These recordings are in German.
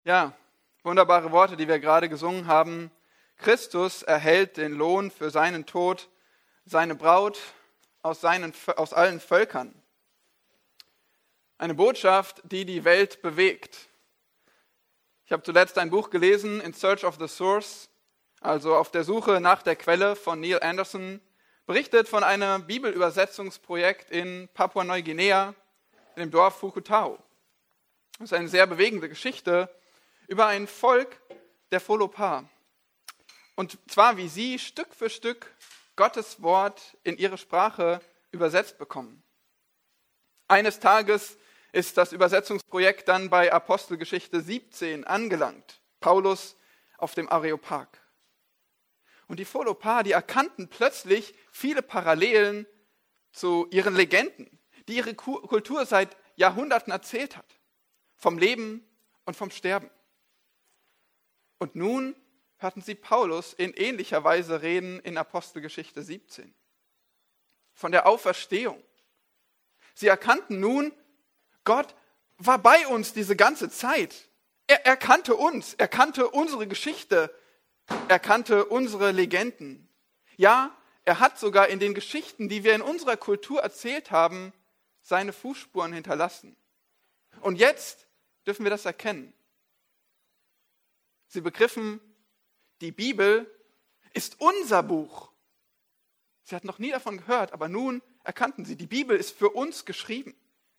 Ja, wunderbare Worte, die wir gerade gesungen haben. Christus erhält den Lohn für seinen Tod, seine Braut aus allen Völkern. Eine Botschaft, die die Welt bewegt. Ich habe zuletzt ein Buch gelesen, In Search of the Source, also auf der Suche nach der Quelle von Neil Anderson, berichtet von einem Bibelübersetzungsprojekt in Papua-Neuguinea, in dem Dorf Fukutau. Das ist eine sehr bewegende Geschichte über ein Volk der Folopa. Und zwar, wie sie Stück für Stück Gottes Wort in ihre Sprache übersetzt bekommen. Eines Tages ist das Übersetzungsprojekt dann bei Apostelgeschichte 17 angelangt. Paulus auf dem Areopag. Und die Folopa, die erkannten plötzlich viele Parallelen zu ihren Legenden, die ihre Kultur seit Jahrhunderten erzählt hat. Vom Leben und vom Sterben. Und nun hörten sie Paulus in ähnlicher Weise reden in Apostelgeschichte 17. Von der Auferstehung. Sie erkannten nun, Gott war bei uns diese ganze Zeit. Er kannte uns, er kannte unsere Geschichte, er kannte unsere Legenden. Ja, er hat sogar in den Geschichten, die wir in unserer Kultur erzählt haben, seine Fußspuren hinterlassen. Und jetzt dürfen wir das erkennen. Sie begriffen, die Bibel ist unser Buch. Sie hatten noch nie davon gehört, aber nun erkannten sie, die Bibel ist für uns geschrieben.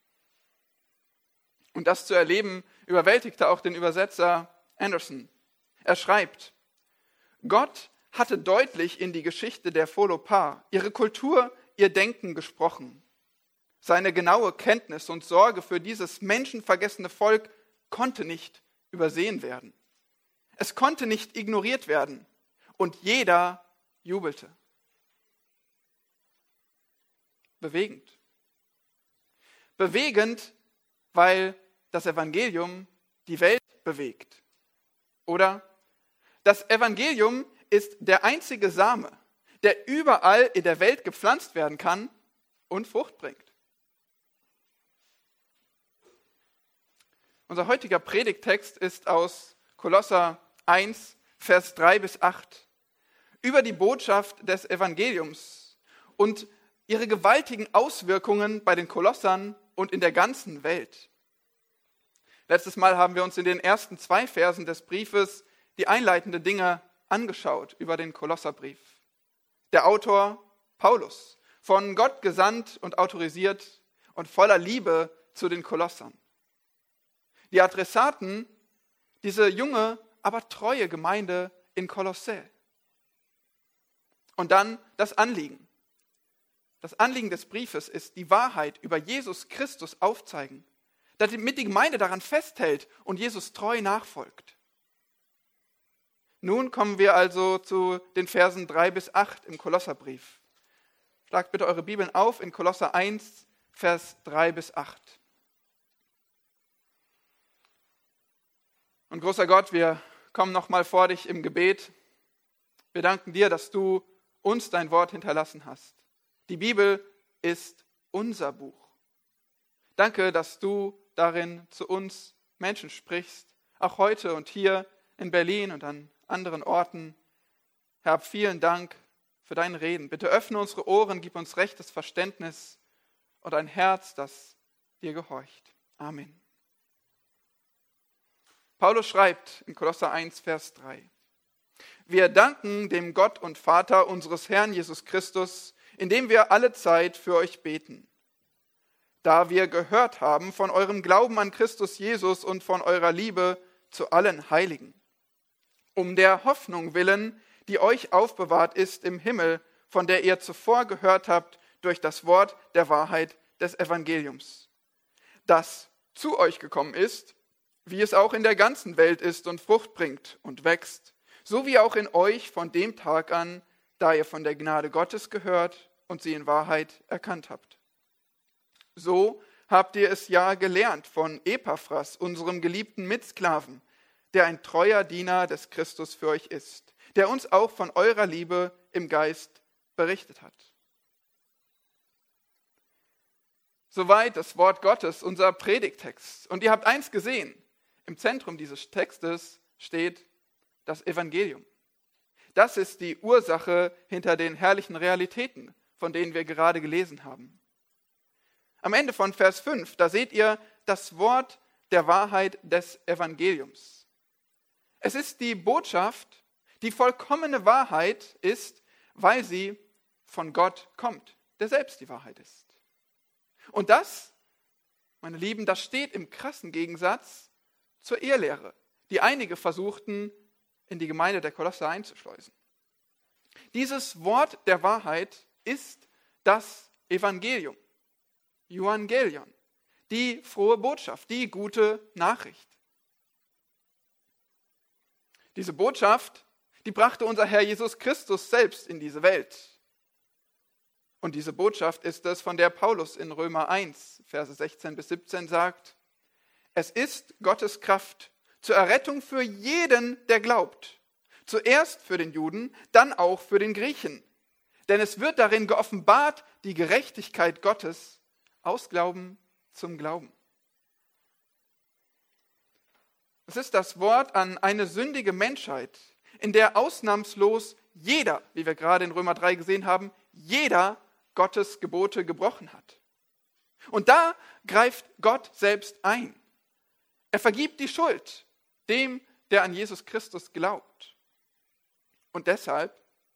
Und das zu erleben, überwältigte auch den Übersetzer Anderson. Er schreibt, Gott hatte deutlich in die Geschichte der Folopa, ihre Kultur, ihr Denken gesprochen. Seine genaue Kenntnis und Sorge für dieses menschenvergessene Volk konnte nicht übersehen werden. Es konnte nicht ignoriert werden und jeder jubelte. Bewegend. Bewegend, weil das Evangelium die Welt bewegt. Oder? Das Evangelium ist der einzige Same, der überall in der Welt gepflanzt werden kann und Frucht bringt. Unser heutiger Predigttext ist aus Kolosser 1, Vers 3 bis 8, über die Botschaft des Evangeliums und ihre gewaltigen Auswirkungen bei den Kolossern und in der ganzen Welt. Letztes Mal haben wir uns in den ersten 2 Versen des Briefes die einleitenden Dinge angeschaut über den Kolosserbrief. Der Autor Paulus, von Gott gesandt und autorisiert und voller Liebe zu den Kolossern. Die Adressaten, diese junge, aber treue Gemeinde in Kolossä. Und dann das Anliegen. Das Anliegen des Briefes ist, die Wahrheit über Jesus Christus aufzeigen, damit die Gemeinde daran festhält und Jesus treu nachfolgt. Nun kommen wir also zu den Versen 3 bis 8 im Kolosserbrief. Schlagt bitte eure Bibeln auf in Kolosser 1, Vers 3 bis 8. Und großer Gott, wir kommen nochmal vor dich im Gebet. Wir danken dir, dass du uns dein Wort hinterlassen hast. Die Bibel ist unser Buch. Danke, dass du darin zu uns Menschen sprichst, auch heute und hier in Berlin und an anderen Orten. Herr, vielen Dank für dein Reden. Bitte öffne unsere Ohren, gib uns rechtes Verständnis und ein Herz, das dir gehorcht. Amen. Paulus schreibt in Kolosser 1, Vers 3. Wir danken dem Gott und Vater unseres Herrn Jesus Christus, indem wir alle Zeit für euch beten. Da wir gehört haben von eurem Glauben an Christus Jesus und von eurer Liebe zu allen Heiligen. Um der Hoffnung willen, die euch aufbewahrt ist im Himmel, von der ihr zuvor gehört habt durch das Wort der Wahrheit des Evangeliums, das zu euch gekommen ist, wie es auch in der ganzen Welt ist und Frucht bringt und wächst, so wie auch in euch von dem Tag an, da ihr von der Gnade Gottes gehört und sie in Wahrheit erkannt habt. So habt ihr es ja gelernt von Epaphras, unserem geliebten Mitsklaven, der ein treuer Diener des Christus für euch ist, der uns auch von eurer Liebe im Geist berichtet hat. Soweit das Wort Gottes, unser Predigttext. Und ihr habt eins gesehen. Im Zentrum dieses Textes steht das Evangelium. Das ist die Ursache hinter den herrlichen Realitäten, von denen wir gerade gelesen haben. Am Ende von Vers 5, da seht ihr das Wort der Wahrheit des Evangeliums. Es ist die Botschaft, die vollkommene Wahrheit ist, weil sie von Gott kommt, der selbst die Wahrheit ist. Und das, meine Lieben, das steht im krassen Gegensatz zur Irrlehre, die einige versuchten, in die Gemeinde der Kolosser einzuschleusen. Dieses Wort der Wahrheit ist das Evangelium, Evangelion, die frohe Botschaft, die gute Nachricht. Diese Botschaft, die brachte unser Herr Jesus Christus selbst in diese Welt. Und diese Botschaft ist es, von der Paulus in Römer 1, Verse 16 bis 17 sagt: Es ist Gottes Kraft zur Errettung für jeden, der glaubt. Zuerst für den Juden, dann auch für den Griechen. Denn es wird darin geoffenbart die Gerechtigkeit Gottes aus Glauben zum Glauben. Es ist das Wort an eine sündige Menschheit, in der ausnahmslos jeder, wie wir gerade in Römer 3 gesehen haben, jeder Gottes Gebote gebrochen hat. Und da greift Gott selbst ein. Er vergibt die Schuld dem, der an Jesus Christus glaubt. Und deshalb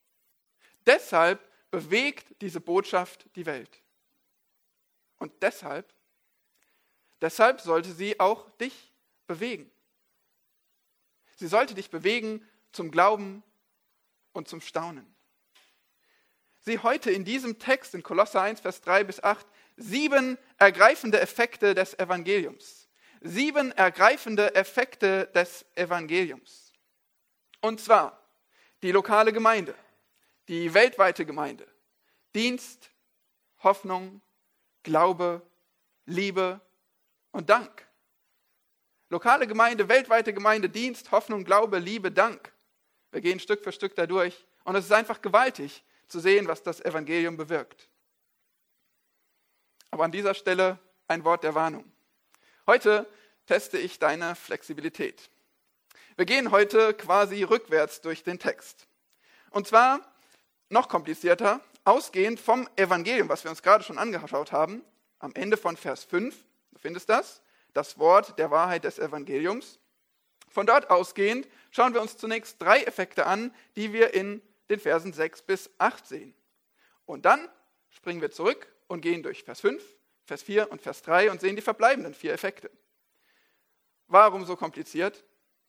bewegt diese Botschaft die Welt. Und deshalb sollte sie auch dich bewegen. Sie sollte dich bewegen zum Glauben und zum Staunen. Sieh heute in diesem Text in Kolosser 1, Vers 3 bis 8 7 ergreifende Effekte des Evangeliums. 7 ergreifende Effekte des Evangeliums. Und zwar die lokale Gemeinde, die weltweite Gemeinde, Dienst, Hoffnung, Glaube, Liebe und Dank. Lokale Gemeinde, weltweite Gemeinde, Dienst, Hoffnung, Glaube, Liebe, Dank. Wir gehen Stück für Stück da durch und es ist einfach gewaltig zu sehen, was das Evangelium bewirkt. Aber an dieser Stelle ein Wort der Warnung. Heute teste ich deine Flexibilität. Wir gehen heute quasi rückwärts durch den Text. Und zwar noch komplizierter, ausgehend vom Evangelium, was wir uns gerade schon angeschaut haben, am Ende von Vers 5, du findest das Wort der Wahrheit des Evangeliums. Von dort ausgehend schauen wir uns zunächst 3 Effekte an, die wir in den Versen 6 bis 8 sehen. Und dann springen wir zurück und gehen durch Vers 5, Vers 4 und Vers 3 und sehen die verbleibenden 4 Effekte. Warum so kompliziert?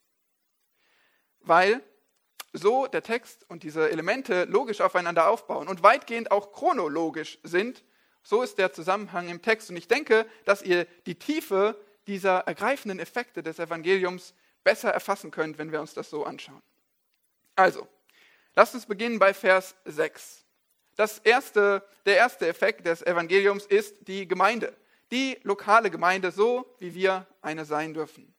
Weil so der Text und diese Elemente logisch aufeinander aufbauen und weitgehend auch chronologisch sind. So ist der Zusammenhang im Text. Und ich denke, dass ihr die Tiefe dieser ergreifenden Effekte des Evangeliums besser erfassen könnt, wenn wir uns das so anschauen. Also, lasst uns beginnen bei Vers 6. Der erste Effekt des Evangeliums ist die Gemeinde, die lokale Gemeinde, so wie wir eine sein dürfen.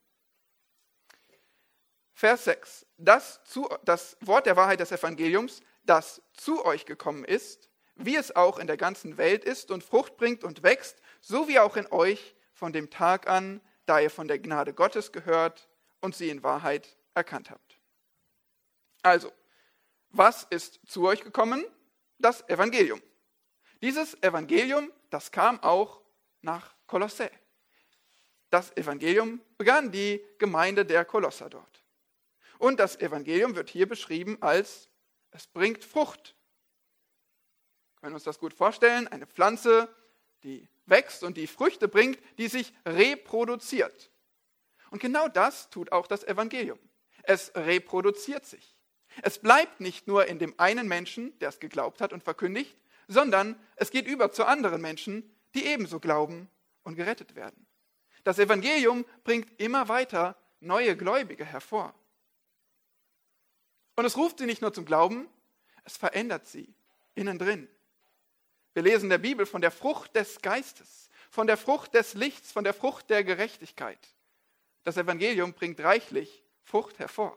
Vers 6. Das Wort der Wahrheit des Evangeliums, das zu euch gekommen ist, wie es auch in der ganzen Welt ist und Frucht bringt und wächst, so wie auch in euch von dem Tag an, da ihr von der Gnade Gottes gehört und sie in Wahrheit erkannt habt. Also, was ist zu euch gekommen? Das Evangelium. Dieses Evangelium, das kam auch nach Kolossä. Das Evangelium begann die Gemeinde der Kolosser dort. Und das Evangelium wird hier beschrieben als, es bringt Frucht. Wir können uns das gut vorstellen, eine Pflanze, die wächst und die Früchte bringt, die sich reproduziert. Und genau das tut auch das Evangelium. Es reproduziert sich. Es bleibt nicht nur in dem einen Menschen, der es geglaubt hat und verkündigt, sondern es geht über zu anderen Menschen, die ebenso glauben und gerettet werden. Das Evangelium bringt immer weiter neue Gläubige hervor. Und es ruft sie nicht nur zum Glauben, es verändert sie innen drin. Wir lesen in der Bibel von der Frucht des Geistes, von der Frucht des Lichts, von der Frucht der Gerechtigkeit. Das Evangelium bringt reichlich Frucht hervor.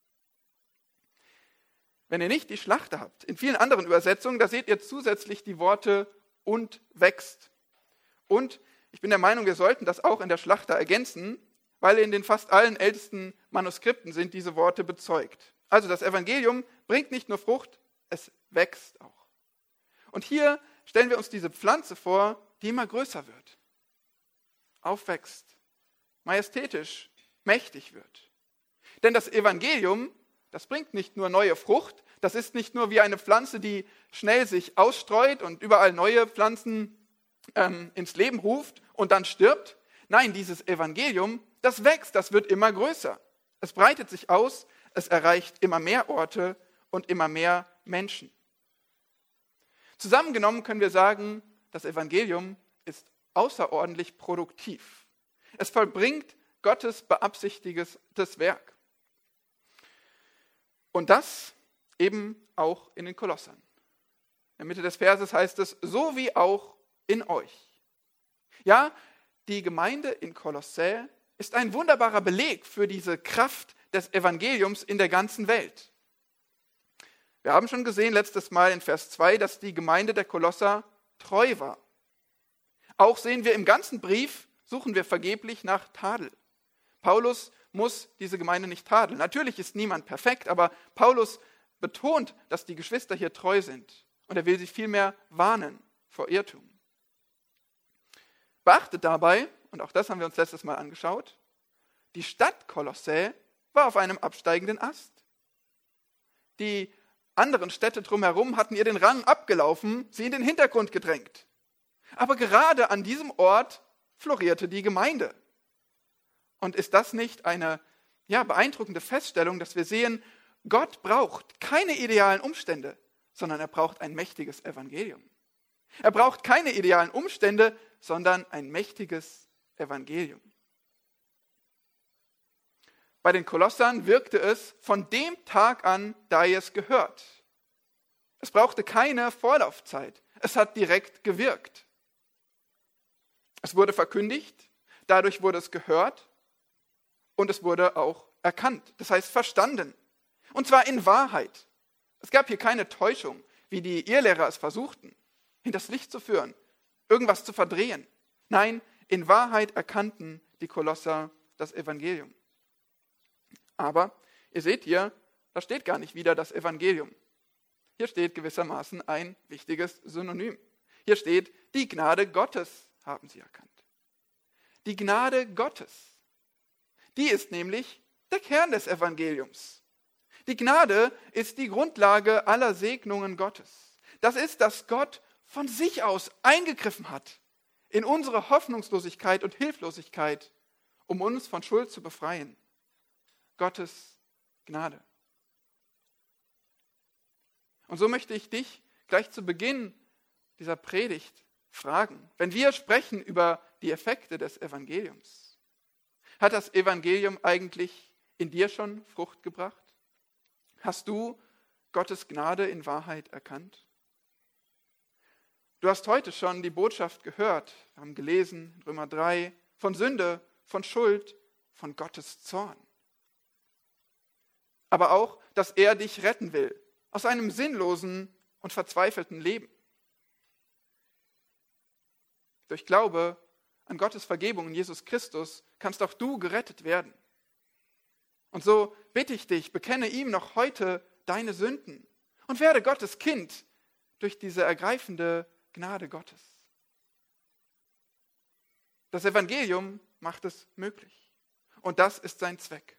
Wenn ihr nicht die Schlachter habt, in vielen anderen Übersetzungen, da seht ihr zusätzlich die Worte und wächst. Und ich bin der Meinung, wir sollten das auch in der Schlachter ergänzen, weil in den fast allen ältesten Manuskripten sind diese Worte bezeugt. Also das Evangelium bringt nicht nur Frucht, es wächst auch. Und hier stellen wir uns diese Pflanze vor, die immer größer wird, aufwächst, majestätisch, mächtig wird. Denn das Evangelium, das bringt nicht nur neue Frucht, das ist nicht nur wie eine Pflanze, die schnell sich ausstreut und überall neue Pflanzen ins Leben ruft und dann stirbt. Nein, dieses Evangelium, das wächst, das wird immer größer. Es breitet sich aus, es erreicht immer mehr Orte und immer mehr Menschen. Zusammengenommen können wir sagen, das Evangelium ist außerordentlich produktiv. Es vollbringt Gottes beabsichtigtes Werk. Und das eben auch in den Kolossern. In der Mitte des Verses heißt es, so wie auch in euch. Ja, die Gemeinde in Kolossä ist ein wunderbarer Beleg für diese Kraft des Evangeliums in der ganzen Welt. Wir haben schon gesehen letztes Mal in Vers 2, dass die Gemeinde der Kolosser treu war. Auch sehen wir im ganzen Brief, suchen wir vergeblich nach Tadel. Paulus muss diese Gemeinde nicht tadeln. Natürlich ist niemand perfekt, aber Paulus betont, dass die Geschwister hier treu sind. Und er will sie vielmehr warnen vor Irrtum. Beachtet dabei, und auch das haben wir uns letztes Mal angeschaut, die Stadt Kolossä war auf einem absteigenden Ast. Die anderen Städte drumherum hatten ihr den Rang abgelaufen, sie in den Hintergrund gedrängt. Aber gerade an diesem Ort florierte die Gemeinde. Und ist das nicht eine beeindruckende Feststellung, dass wir sehen, Gott braucht keine idealen Umstände, sondern er braucht ein mächtiges Evangelium. Er braucht keine idealen Umstände, sondern ein mächtiges Evangelium. Bei den Kolossern wirkte es von dem Tag an, da ihr es gehört. Es brauchte keine Vorlaufzeit. Es hat direkt gewirkt. Es wurde verkündigt, dadurch wurde es gehört und es wurde auch erkannt. Das heißt verstanden. Und zwar in Wahrheit. Es gab hier keine Täuschung, wie die Irrlehrer es versuchten, hinters Licht zu führen, irgendwas zu verdrehen. Nein, in Wahrheit erkannten die Kolosser das Evangelium. Aber ihr seht hier, da steht gar nicht wieder das Evangelium. Hier steht gewissermaßen ein wichtiges Synonym. Hier steht, die Gnade Gottes haben sie erkannt. Die Gnade Gottes, die ist nämlich der Kern des Evangeliums. Die Gnade ist die Grundlage aller Segnungen Gottes. Das ist, dass Gott von sich aus eingegriffen hat in unsere Hoffnungslosigkeit und Hilflosigkeit, um uns von Schuld zu befreien. Gottes Gnade. Und so möchte ich dich gleich zu Beginn dieser Predigt fragen, wenn wir sprechen über die Effekte des Evangeliums, hat das Evangelium eigentlich in dir schon Frucht gebracht? Hast du Gottes Gnade in Wahrheit erkannt? Du hast heute schon die Botschaft gehört, wir haben gelesen in Römer 3, von Sünde, von Schuld, von Gottes Zorn. Aber auch, dass er dich retten will, aus einem sinnlosen und verzweifelten Leben. Durch Glaube an Gottes Vergebung in Jesus Christus kannst auch du gerettet werden. Und so bitte ich dich, bekenne ihm noch heute deine Sünden und werde Gottes Kind durch diese ergreifende Gnade Gottes. Das Evangelium macht es möglich. Und das ist sein Zweck.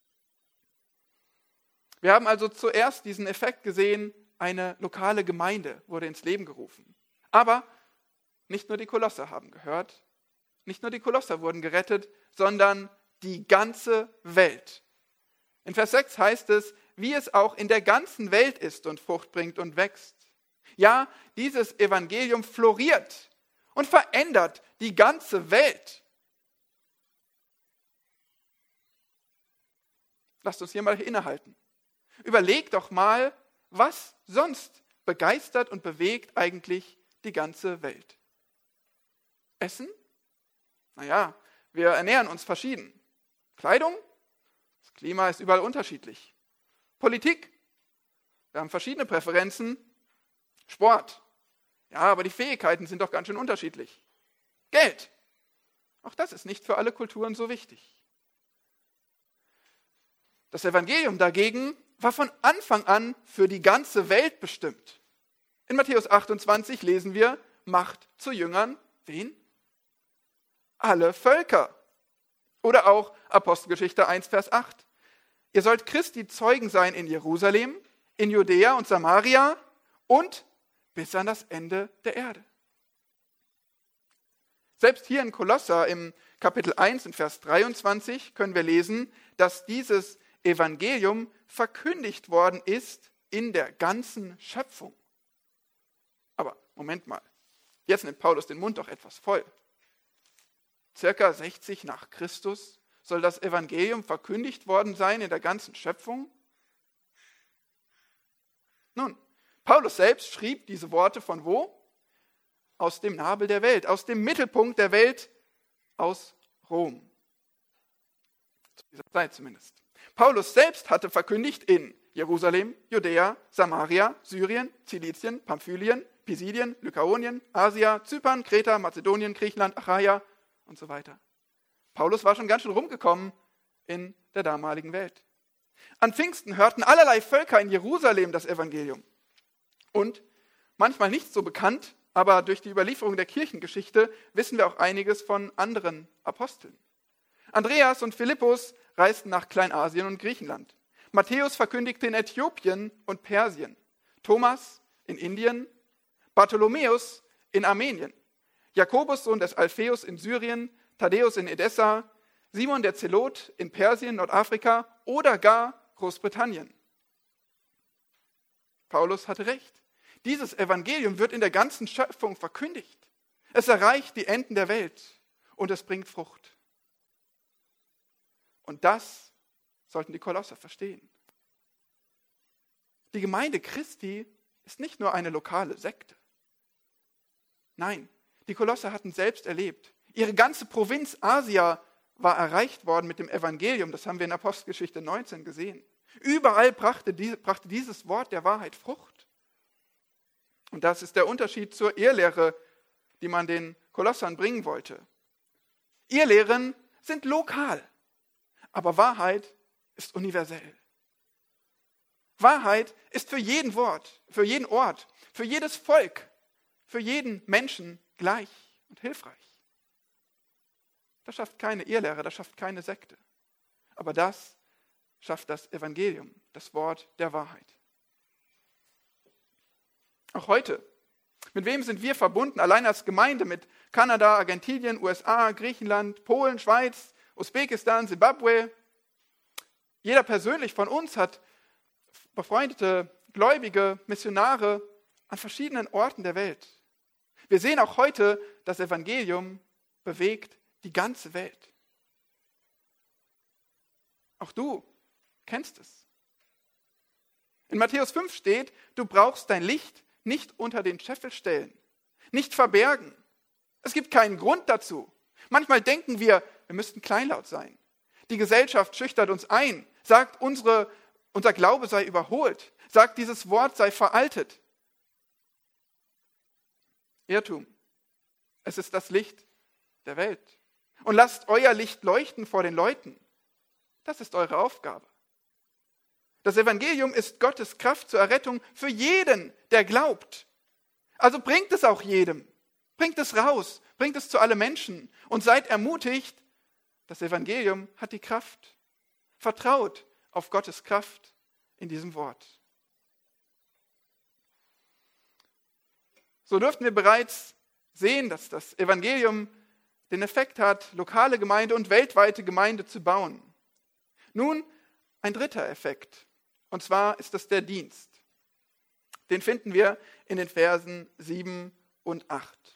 Wir haben also zuerst diesen Effekt gesehen, eine lokale Gemeinde wurde ins Leben gerufen. Aber nicht nur die Kolosser haben gehört, nicht nur die Kolosser wurden gerettet, sondern die ganze Welt. In Vers 6 heißt es, wie es auch in der ganzen Welt ist und Frucht bringt und wächst. Ja, dieses Evangelium floriert und verändert die ganze Welt. Lasst uns hier mal innehalten. Überleg doch mal, was sonst begeistert und bewegt eigentlich die ganze Welt. Essen? Naja, wir ernähren uns verschieden. Kleidung? Das Klima ist überall unterschiedlich. Politik? Wir haben verschiedene Präferenzen. Sport? Ja, aber die Fähigkeiten sind doch ganz schön unterschiedlich. Geld? Auch das ist nicht für alle Kulturen so wichtig. Das Evangelium dagegen war von Anfang an für die ganze Welt bestimmt. In Matthäus 28 lesen wir, macht zu Jüngern, wen? Alle Völker. Oder auch Apostelgeschichte 1, Vers 8. Ihr sollt Christi Zeugen sein in Jerusalem, in Judäa und Samaria und bis an das Ende der Erde. Selbst hier in Kolosser im Kapitel 1 in Vers 23 können wir lesen, dass dieses Evangelium verkündigt worden ist in der ganzen Schöpfung. Aber Moment mal, jetzt nimmt Paulus den Mund doch etwas voll. Circa 60 nach Christus soll das Evangelium verkündigt worden sein in der ganzen Schöpfung? Nun, Paulus selbst schrieb diese Worte von wo? Aus dem Nabel der Welt, aus dem Mittelpunkt der Welt, aus Rom. Zu dieser Zeit zumindest. Paulus selbst hatte verkündigt in Jerusalem, Judäa, Samaria, Syrien, Zilizien, Pamphylien, Pisidien, Lykaonien, Asia, Zypern, Kreta, Mazedonien, Griechenland, Achaia und so weiter. Paulus war schon ganz schön rumgekommen in der damaligen Welt. An Pfingsten hörten allerlei Völker in Jerusalem das Evangelium. Und manchmal nicht so bekannt, aber durch die Überlieferung der Kirchengeschichte wissen wir auch einiges von anderen Aposteln. Andreas und Philippus reisten nach Kleinasien und Griechenland. Matthäus verkündigte in Äthiopien und Persien. Thomas in Indien. Bartholomäus in Armenien. Jakobus, Sohn des Alpheus, in Syrien. Thaddäus in Edessa. Simon der Zelot in Persien, Nordafrika oder gar Großbritannien. Paulus hatte recht. Dieses Evangelium wird in der ganzen Schöpfung verkündigt. Es erreicht die Enden der Welt und es bringt Frucht. Und das sollten die Kolosser verstehen. Die Gemeinde Christi ist nicht nur eine lokale Sekte. Nein, die Kolosser hatten selbst erlebt. Ihre ganze Provinz Asia war erreicht worden mit dem Evangelium. Das haben wir in Apostelgeschichte 19 gesehen. Überall brachte dieses Wort der Wahrheit Frucht. Und das ist der Unterschied zur Irrlehre, die man den Kolossern bringen wollte. Irrlehren sind lokal, aber Wahrheit ist universell. Wahrheit ist für jeden Ort, für jedes Volk, für jeden Menschen gleich und hilfreich. Das schafft keine Irrlehre, das schafft keine Sekte. Aber das schafft das Evangelium, das Wort der Wahrheit. Auch heute. Mit wem sind wir verbunden? Allein als Gemeinde mit Kanada, Argentinien, USA, Griechenland, Polen, Schweiz, Usbekistan, Simbabwe. Jeder persönlich von uns hat befreundete, Gläubige, Missionare an verschiedenen Orten der Welt. Wir sehen auch heute, das Evangelium bewegt die ganze Welt. Auch du kennst es. In Matthäus 5 steht, du brauchst dein Licht nicht unter den Scheffel stellen, nicht verbergen. Es gibt keinen Grund dazu. Manchmal denken wir müssten kleinlaut sein. Die Gesellschaft schüchtert uns ein, sagt, unser Glaube sei überholt, sagt, dieses Wort sei veraltet. Irrtum. Es ist das Licht der Welt. Und lasst euer Licht leuchten vor den Leuten. Das ist eure Aufgabe. Das Evangelium ist Gottes Kraft zur Errettung für jeden, der glaubt. Also bringt es auch jedem. Bringt es raus, bringt es zu allen Menschen und seid ermutigt, das Evangelium hat die Kraft. Vertraut auf Gottes Kraft in diesem Wort. So dürften wir bereits sehen, dass das Evangelium den Effekt hat, lokale Gemeinde und weltweite Gemeinde zu bauen. Nun ein dritter Effekt. Und zwar ist das der Dienst. Den finden wir in den Versen 7 und 8.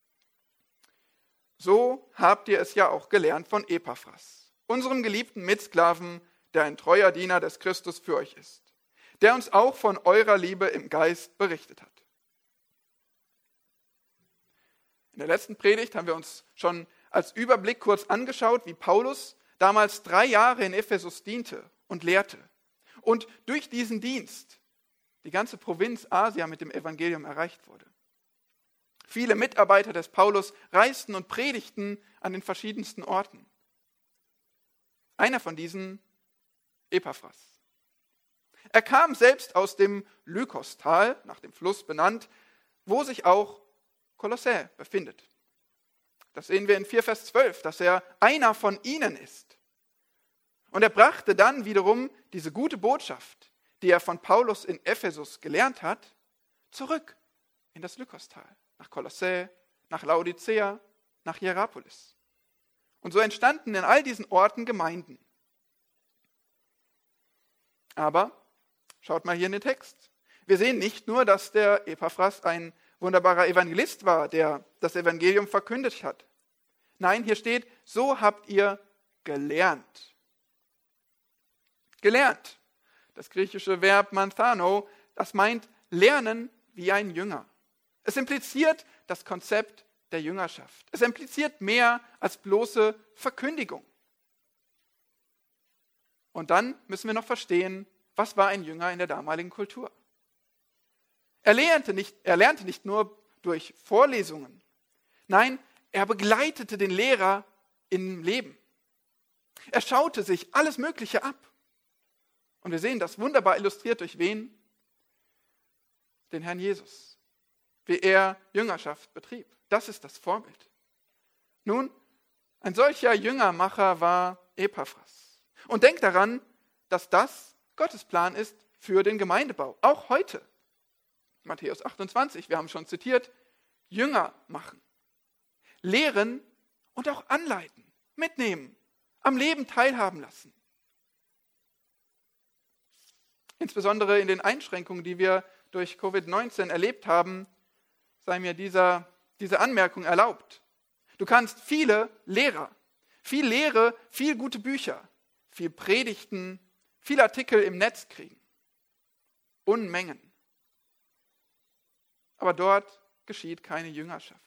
So habt ihr es ja auch gelernt von Epaphras, unserem geliebten Mitsklaven, der ein treuer Diener des Christus für euch ist, der uns auch von eurer Liebe im Geist berichtet hat. In der letzten Predigt haben wir uns schon als Überblick kurz angeschaut, wie Paulus damals 3 Jahre in Ephesus diente und lehrte. Und durch diesen Dienst die ganze Provinz Asia mit dem Evangelium erreicht wurde. Viele Mitarbeiter des Paulus reisten und predigten an den verschiedensten Orten. Einer von diesen Epaphras. Er kam selbst aus dem Lykostal, nach dem Fluss benannt, wo sich auch Kolossä befindet. Das sehen wir in 4 Vers 12, dass er einer von ihnen ist. Und er brachte dann wiederum diese gute Botschaft, die er von Paulus in Ephesus gelernt hat, zurück in das Lykostal, nach Kolossä, nach Laodicea, nach Hierapolis. Und so entstanden in all diesen Orten Gemeinden. Aber schaut mal hier in den Text. Wir sehen nicht nur, dass der Epaphras ein wunderbarer Evangelist war, der das Evangelium verkündet hat. Nein, hier steht, so habt ihr gelernt. Gelernt. Das griechische Verb manthano, das meint lernen wie ein Jünger. Es impliziert das Konzept der Jüngerschaft. Es impliziert mehr als bloße Verkündigung. Und dann müssen wir noch verstehen, was war ein Jünger in der damaligen Kultur? Er lernte nicht nur durch Vorlesungen. Nein, er begleitete den Lehrer im Leben. Er schaute sich alles Mögliche ab. Und wir sehen das wunderbar illustriert durch wen? Den Herrn Jesus. Wie er Jüngerschaft betrieb. Das ist das Vorbild. Nun, ein solcher Jüngermacher war Epaphras. Und denkt daran, dass das Gottes Plan ist für den Gemeindebau. Auch heute. Matthäus 28, wir haben schon zitiert, Jünger machen. Lehren und auch anleiten, mitnehmen, am Leben teilhaben lassen. Insbesondere in den Einschränkungen, die wir durch Covid-19 erlebt haben, sei mir diese Anmerkung erlaubt. Du kannst viele Lehrer, viel Lehre, viel gute Bücher, viel Predigten, viel Artikel im Netz kriegen. Unmengen. Aber dort geschieht keine Jüngerschaft.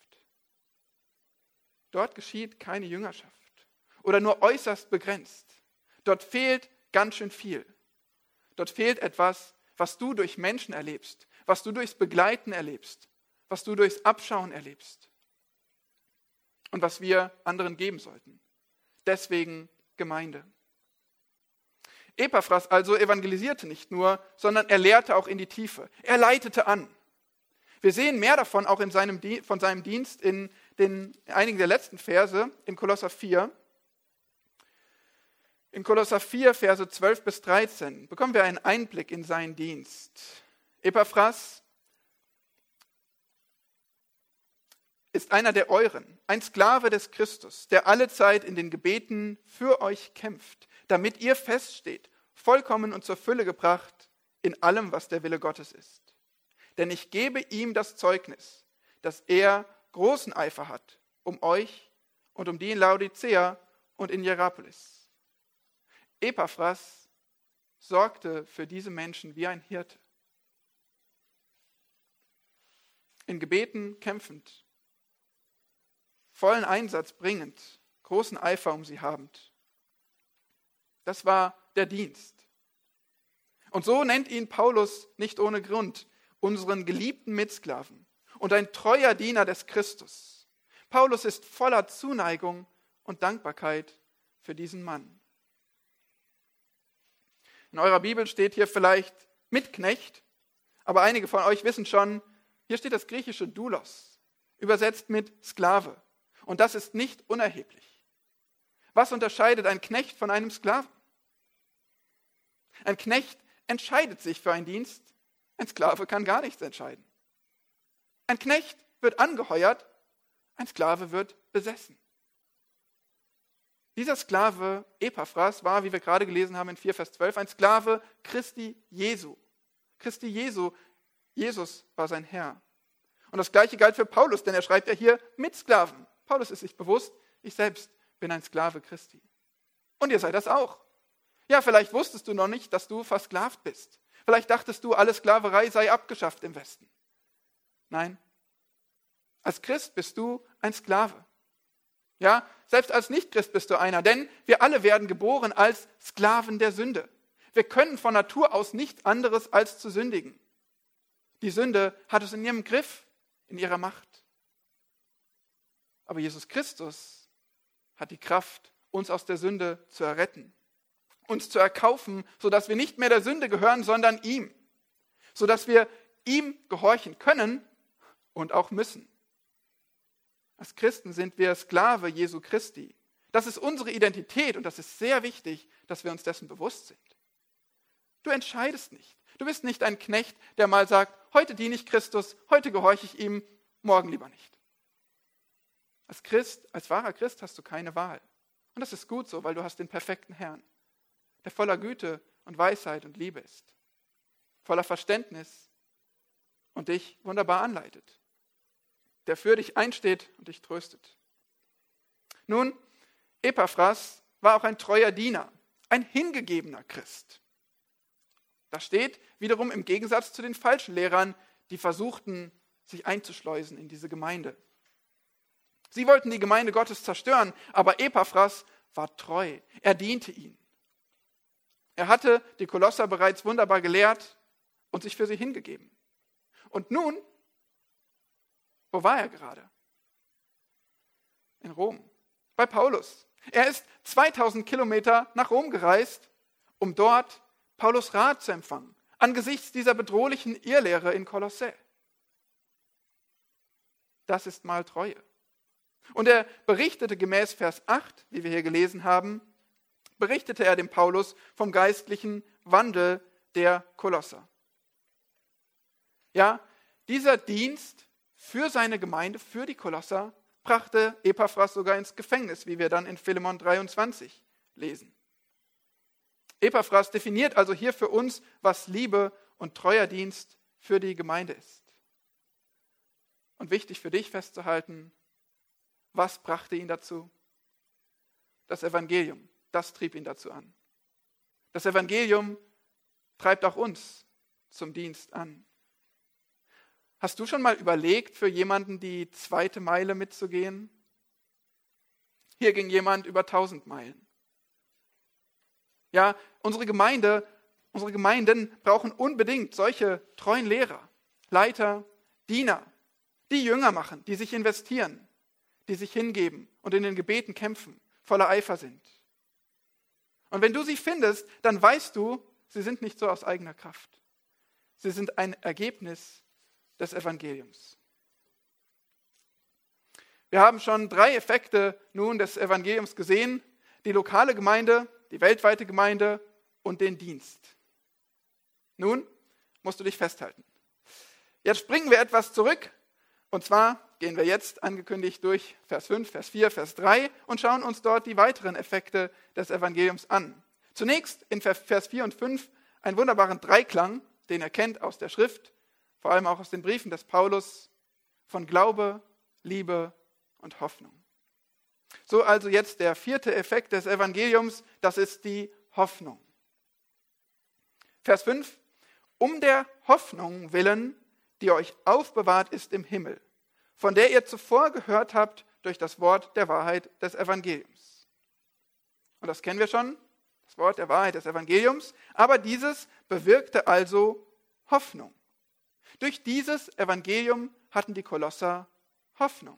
Dort geschieht keine Jüngerschaft. Oder nur äußerst begrenzt. Dort fehlt ganz schön viel. Dort fehlt etwas, was du durch Menschen erlebst, was du durchs Begleiten erlebst, was du durchs Abschauen erlebst und was wir anderen geben sollten. Deswegen Gemeinde. Epaphras also evangelisierte nicht nur, sondern er lehrte auch in die Tiefe. Er leitete an. Wir sehen mehr davon auch von seinem Dienst in einigen der letzten Verse in Kolosser 4. In Kolosser 4, Verse 12 bis 13 bekommen wir einen Einblick in seinen Dienst. Epaphras ist einer der euren, ein Sklave des Christus, der allezeit in den Gebeten für euch kämpft, damit ihr feststeht, vollkommen und zur Fülle gebracht in allem, was der Wille Gottes ist. Denn ich gebe ihm das Zeugnis, dass er großen Eifer hat um euch und um die in Laodicea und in Hierapolis. Epaphras sorgte für diese Menschen wie ein Hirte. In Gebeten kämpfend, vollen Einsatz bringend, großen Eifer um sie habend. Das war der Dienst. Und so nennt ihn Paulus nicht ohne Grund unseren geliebten Mitsklaven und ein treuer Diener des Christus. Paulus ist voller Zuneigung und Dankbarkeit für diesen Mann. In eurer Bibel steht hier vielleicht Mitknecht, aber einige von euch wissen schon, hier steht das griechische Doulos, übersetzt mit Sklave. Und das ist nicht unerheblich. Was unterscheidet ein Knecht von einem Sklaven? Ein Knecht entscheidet sich für einen Dienst, ein Sklave kann gar nichts entscheiden. Ein Knecht wird angeheuert, ein Sklave wird besessen. Dieser Sklave Epaphras war, wie wir gerade gelesen haben in 4 Vers 12, ein Sklave Christi Jesu. Christi Jesu, Jesus war sein Herr. Und das Gleiche galt für Paulus, denn er schreibt ja hier mit Sklaven. Paulus ist sich bewusst, ich selbst bin ein Sklave Christi. Und ihr seid das auch. Ja, vielleicht wusstest du noch nicht, dass du versklavt bist. Vielleicht dachtest du, alle Sklaverei sei abgeschafft im Westen. Nein, als Christ bist du ein Sklave. Ja, selbst als Nicht-Christ bist du einer, denn wir alle werden geboren als Sklaven der Sünde. Wir können von Natur aus nichts anderes als zu sündigen. Die Sünde hat es in ihrem Griff, in ihrer Macht. Aber Jesus Christus hat die Kraft, uns aus der Sünde zu erretten. uns zu erkaufen, sodass wir nicht mehr der Sünde gehören, sondern ihm, sodass wir ihm gehorchen können und auch müssen. Als Christen sind wir Sklave Jesu Christi. Das ist unsere Identität und das ist sehr wichtig, dass wir uns dessen bewusst sind. Du entscheidest nicht. Du bist nicht ein Knecht, der mal sagt, heute diene ich Christus, heute gehorche ich ihm, morgen lieber nicht. Als Christ, als wahrer Christ hast du keine Wahl. Und das ist gut so, weil du hast den perfekten Herrn, der voller Güte und Weisheit und Liebe ist, voller Verständnis und dich wunderbar anleitet, der für dich einsteht und dich tröstet. Nun, Epaphras war auch ein treuer Diener, ein hingegebener Christ. Das steht wiederum im Gegensatz zu den falschen Lehrern, die versuchten, sich einzuschleusen in diese Gemeinde. Sie wollten die Gemeinde Gottes zerstören, aber Epaphras war treu. Er diente ihnen. Er hatte die Kolosser bereits wunderbar gelehrt und sich für sie hingegeben. Und nun, wo war er gerade? In Rom, bei Paulus. Er ist 2000 Kilometer nach Rom gereist, um dort Paulus Rat zu empfangen, angesichts dieser bedrohlichen Irrlehre in Kolossä. Das ist mal Treue. Und er berichtete gemäß Vers 8, wie wir hier gelesen haben, berichtete er dem Paulus vom geistlichen Wandel der Kolosser. Ja, dieser Dienst für seine Gemeinde, für die Kolosser, brachte Epaphras sogar ins Gefängnis, wie wir dann in Philemon 23 lesen. Epaphras definiert also hier für uns, was Liebe und treuer Dienst für die Gemeinde ist. Und wichtig für dich festzuhalten, was brachte ihn dazu? Das Evangelium, das trieb ihn dazu an. Das Evangelium treibt auch uns zum Dienst an. Hast du schon mal überlegt, für jemanden die 2. Meile mitzugehen? Hier ging jemand über 1000 Meilen. Ja, unsere Gemeinden brauchen unbedingt solche treuen Lehrer, Leiter, Diener, die Jünger machen, die sich investieren, die sich hingeben und in den Gebeten kämpfen, voller Eifer sind. Und wenn du sie findest, dann weißt du, sie sind nicht so aus eigener Kraft. Sie sind ein Ergebnis des Evangeliums. Wir haben schon 3 Effekte nun des Evangeliums gesehen: die lokale Gemeinde, die weltweite Gemeinde und den Dienst. Nun musst du dich festhalten. Jetzt springen wir etwas zurück, und zwar gehen wir jetzt angekündigt durch Vers 5, Vers 4, Vers 3 und schauen uns dort die weiteren Effekte des Evangeliums an. Zunächst in Vers 4 und 5 einen wunderbaren Dreiklang, den ihr kennt aus der Schrift, vor allem auch aus den Briefen des Paulus, von Glaube, Liebe und Hoffnung. So also jetzt der 4. Effekt des Evangeliums, das ist die Hoffnung. Vers 5: Um der Hoffnung willen, die euch aufbewahrt ist im Himmel, von der ihr zuvor gehört habt durch das Wort der Wahrheit des Evangeliums. Und das kennen wir schon, das Wort der Wahrheit des Evangeliums, aber dieses bewirkte also Hoffnung. Durch dieses Evangelium hatten die Kolosser Hoffnung.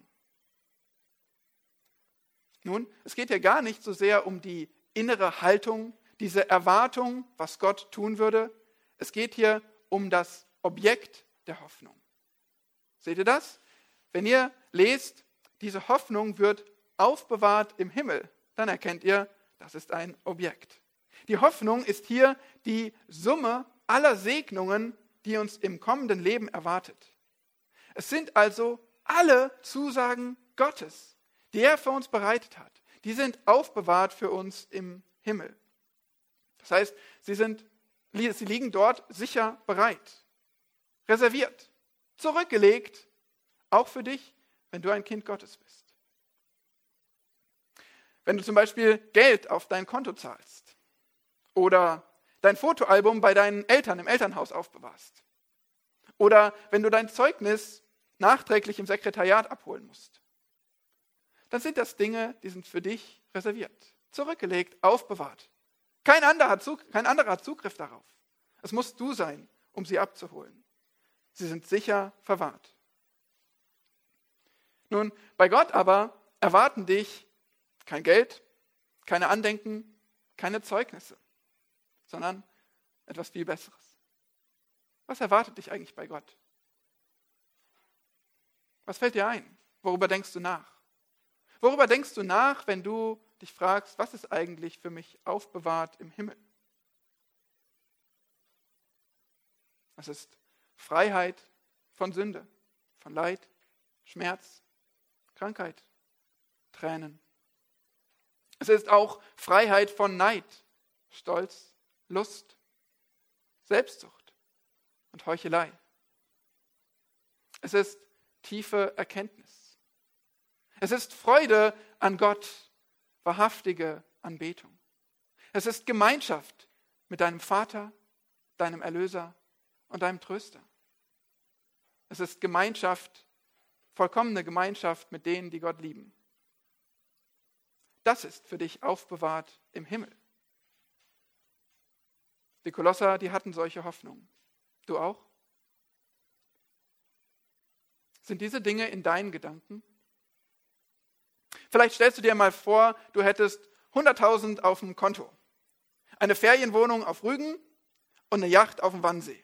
Nun, es geht hier gar nicht so sehr um die innere Haltung, diese Erwartung, was Gott tun würde. Es geht hier um das Objekt der Hoffnung. Seht ihr das? Wenn ihr lest, diese Hoffnung wird aufbewahrt im Himmel, dann erkennt ihr, das ist ein Objekt. Die Hoffnung ist hier die Summe aller Segnungen, die uns im kommenden Leben erwartet. Es sind also alle Zusagen Gottes, die er für uns bereitet hat. Die sind aufbewahrt für uns im Himmel. Das heißt, sie liegen dort sicher bereit, reserviert, zurückgelegt, auch für dich, wenn du ein Kind Gottes bist. Wenn du zum Beispiel Geld auf dein Konto zahlst oder dein Fotoalbum bei deinen Eltern im Elternhaus aufbewahrst oder wenn du dein Zeugnis nachträglich im Sekretariat abholen musst, dann sind das Dinge, die sind für dich reserviert, zurückgelegt, aufbewahrt. Kein anderer hat Zugriff darauf. Es musst du sein, um sie abzuholen. Sie sind sicher verwahrt. Nun, bei Gott aber erwarten dich kein Geld, keine Andenken, keine Zeugnisse. sondern etwas viel Besseres. Was erwartet dich eigentlich bei Gott? Was fällt dir ein? Worüber denkst du nach? Worüber denkst du nach, wenn du dich fragst, was ist eigentlich für mich aufbewahrt im Himmel? Es ist Freiheit von Sünde, von Leid, Schmerz, Krankheit, Tränen. Es ist auch Freiheit von Neid, Stolz, Lust, Selbstsucht und Heuchelei. Es ist tiefe Erkenntnis. Es ist Freude an Gott, wahrhaftige Anbetung. Es ist Gemeinschaft mit deinem Vater, deinem Erlöser und deinem Tröster. Es ist Gemeinschaft, vollkommene Gemeinschaft mit denen, die Gott lieben. Das ist für dich aufbewahrt im Himmel. Die Kolosser, die hatten solche Hoffnungen. Du auch? Sind diese Dinge in deinen Gedanken? Vielleicht stellst du dir mal vor, du hättest 100.000 auf dem Konto, eine Ferienwohnung auf Rügen und eine Yacht auf dem Wannsee.